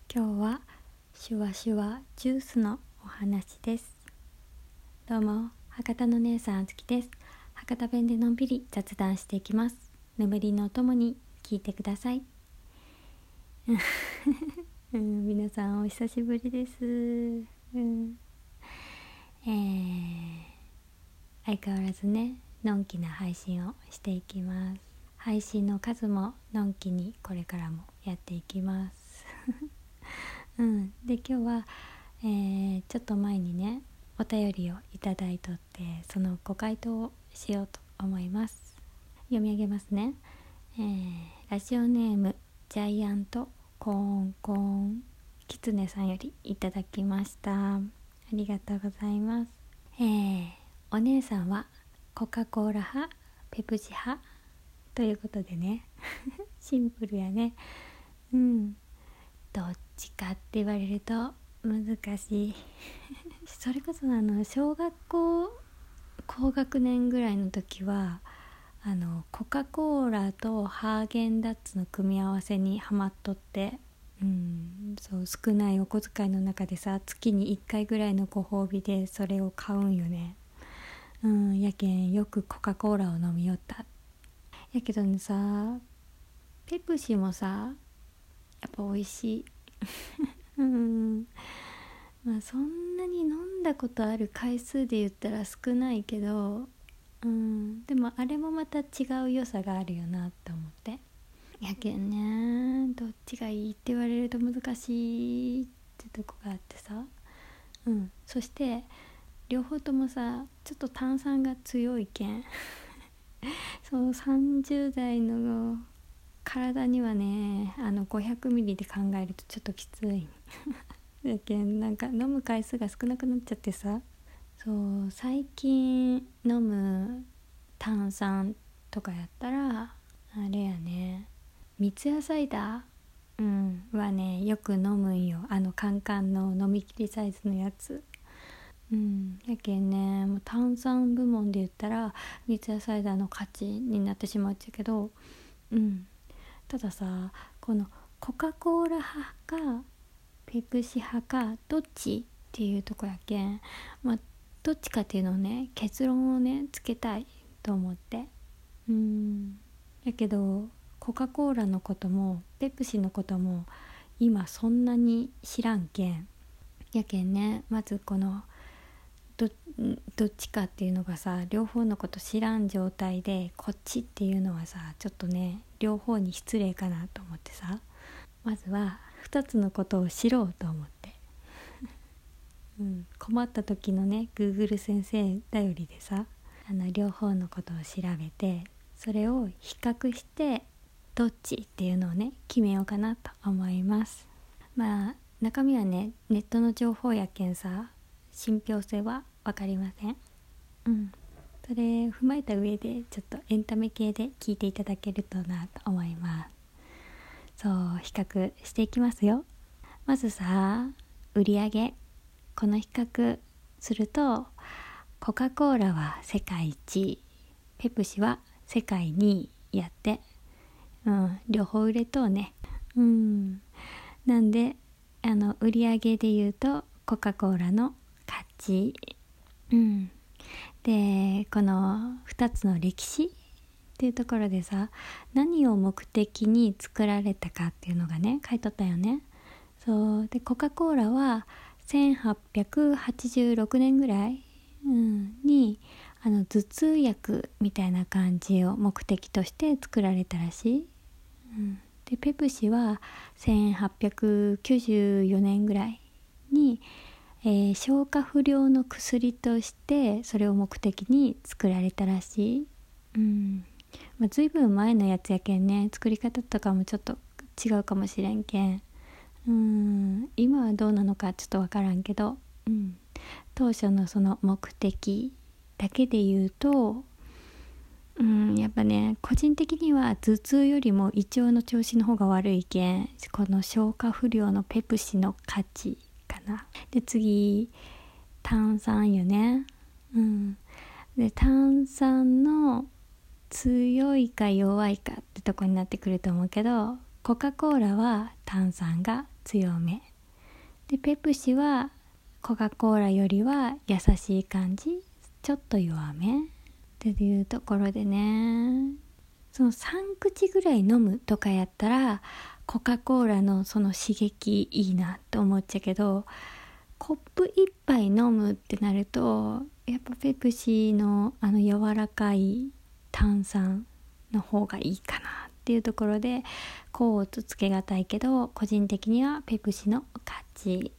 今日はシュワシュワジュースのお話です。どうも、博多の姉さんあつきです。博多弁でのんびり雑談していきます。眠りのおともに聞いてください。皆さんお久しぶりです。相変わらずね、のんきな配信をしていきます。配信の数ものんきにこれからもやっていきます。で今日は、ちょっと前にねお便りをいただいとって、そのご回答をしようと思います。読み上げますね。ラジオネームジャイアントコーンコーンキツネさんよりいただきました。ありがとうございます。お姉さんはコカ・コーラ派ペプシ派ということでねシンプルやね。どっちかって言われると難しいそれこそ小学校高学年ぐらいの時はコカ・コーラとハーゲンダッツの組み合わせにハマっとって、そう少ないお小遣いの中でさ、月に1回ぐらいのご褒美でそれを買うんよね。やけんよくコカ・コーラを飲みよった。やけどねさ、ペプシもさやっぱ美味しいそんなに飲んだことある回数で言ったら少ないけど、でもあれもまた違う良さがあるよなって思って。やけんね、どっちがいいって言われると難しいってとこがあってさ、そして両方ともさちょっと炭酸が強いけんそう30代の体にはね、500ミリで考えるとちょっときついだけんなんか飲む回数が少なくなっちゃってさ、そう最近飲む炭酸とかやったらあれやね、三ツ矢サイダー、はねよく飲むんよ。カンカンの飲み切りサイズのやつ。やけんね、もう炭酸部門で言ったら三ツ矢サイダーの勝ちになってしまっちゃうけど、たださ、このコカ・コーラ派かペプシ派かどっちっていうとこやけん、どっちかっていうのをね、結論をねつけたいと思って。やけどコカ・コーラのこともペプシのことも今そんなに知らんけん、やけんね、まずこのどっちかっていうのがさ、両方のこと知らん状態でこっちっていうのはさ、ちょっとね両方に失礼かなと思ってさ、まずは2つのことを知ろうと思って困った時のね Google 先生頼りでさ、両方のことを調べて、それを比較してどっちっていうのをね決めようかなと思います。中身はねネットの情報やけんさ、信憑性は分かりません。それ踏まえた上でちょっとエンタメ系で聞いていただけるとなと思います。そう比較していきますよ。まずさ、売上、この比較するとコカ・コーラは世界一位、ペプシは世界2位やって、両方売れとうね。なんで売上で言うとコカ・コーラの勝ち。でこの2つの歴史っていうところでさ、何を目的に作られたかっていうのがね書いとったよね。そうでコカ・コーラは1886年ぐらい、に頭痛薬みたいな感じを目的として作られたらしい。でペプシは1894年ぐらいに、消化不良の薬としてそれを目的に作られたらしい。ずいぶん前のやつやけんね、作り方とかもちょっと違うかもしれんけん、今はどうなのかちょっとわからんけど、当初のその目的だけで言うと、やっぱね個人的には頭痛よりも胃腸の調子の方が悪いけん、この消化不良のペプシの勝ちかな。で次炭酸よね。で炭酸の強いか弱いかってとこになってくると思うけど、コカ・コーラは炭酸が強めで、ペプシはコカ・コーラよりは優しい感じ、ちょっと弱めっていうところでね、その3口ぐらい飲むとかやったらコカ・コーラのその刺激いいなって思っちゃうけど、コップ1杯飲むってなるとやっぱペプシの柔らかい炭酸の方がいいかなっていうところで、甲乙つけがたいけど個人的にはペプシの勝ち。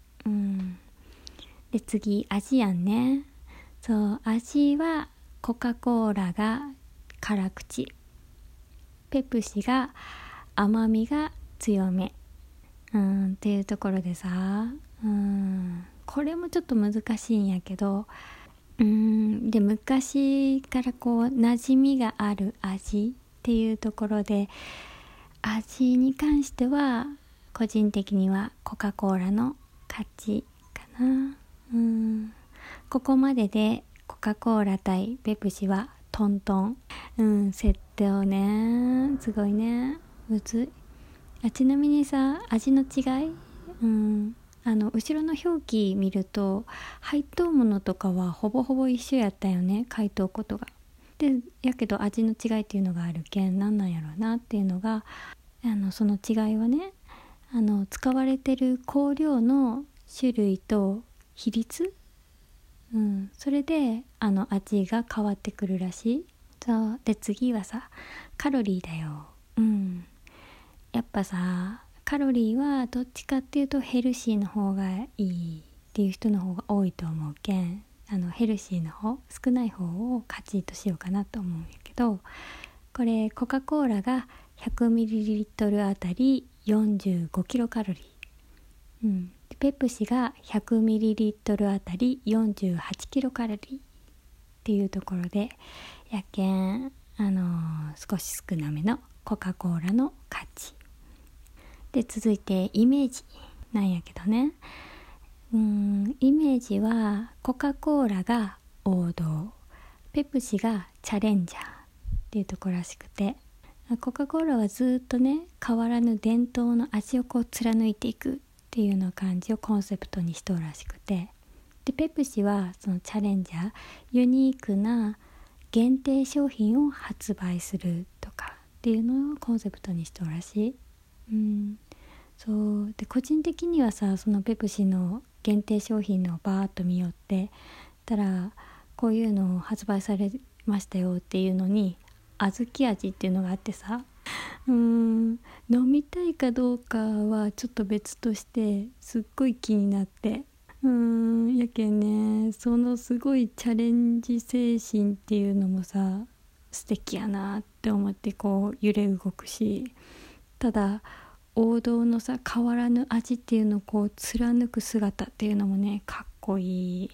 で次味やんね。そう、味はコカ・コーラが辛口、ペプシが甘みが強めっていうところでさ、これもちょっと難しいんやけど、で昔からこう馴染みがある味っていうところで、味に関しては個人的にはコカ・コーラの勝ちかな。ここまででコカ・コーラ対ペプシはトントン。設定をね、すごいね、むずい。ちなみにさ、味の違い、後ろの表記見ると入っとうものとかはほぼほぼ一緒やったよね、書いとうことが。でやけど味の違いっていうのがあるけん、なんなんやろうなっていうのが、その違いはね、使われてる香料の種類と比率、それで味が変わってくるらしい。そうで次はさ、カロリーだよ。やっぱさ、カロリーはどっちかっていうとヘルシーの方がいいっていう人の方が多いと思うけん、ヘルシーの方、少ない方を勝ちとしようかなと思うんやけど、これコカ・コーラが 100ml あたり45キロカロリー、ペプシが 100ml あたり48キロカロリーっていうところで、やけん少し少なめのコカ・コーラの勝ちで、続いてイメージなんやけどね、イメージはコカ・コーラが王道、ペプシがチャレンジャーっていうところらしくて、コカ・コーラはずっとね、変わらぬ伝統の味をこう貫いていくっていうような感じをコンセプトにしとるらしくて、でペプシはそのチャレンジャー、ユニークな限定商品を発売するとかっていうのをコンセプトにしとるらしい。そうで、個人的にはさ、そのペプシの限定商品のバーッと見よってたら、こういうのを発売されましたよっていうのに小豆味っていうのがあってさ、飲みたいかどうかはちょっと別としてすっごい気になって、やけんね、そのすごいチャレンジ精神っていうのもさ、素敵やなって思ってこう揺れ動くし、ただ王道のさ、変わらぬ味っていうのをこう貫く姿っていうのもね、かっこいい。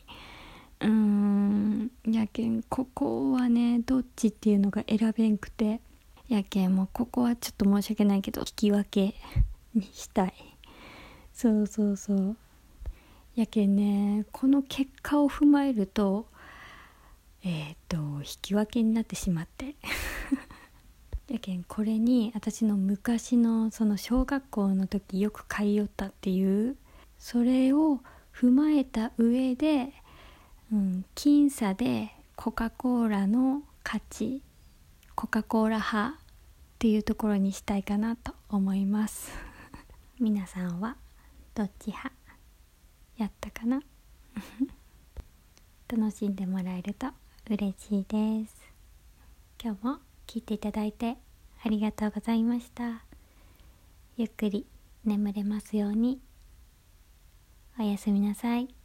やけんここはね、どっちっていうのが選べんくて、やけんもうここはちょっと申し訳ないけど引き分けにしたい。そうやけんね、この結果を踏まえると引き分けになってしまってやけんこれに私の昔のその小学校の時よく買い寄ったっていう、それを踏まえた上で、僅差でコカ・コーラの勝ち、コカ・コーラ派っていうところにしたいかなと思います皆さんはどっち派やったかな楽しんでもらえると嬉しいです。今日も聞いていただいてありがとうございました。ゆっくり眠れますように。おやすみなさい。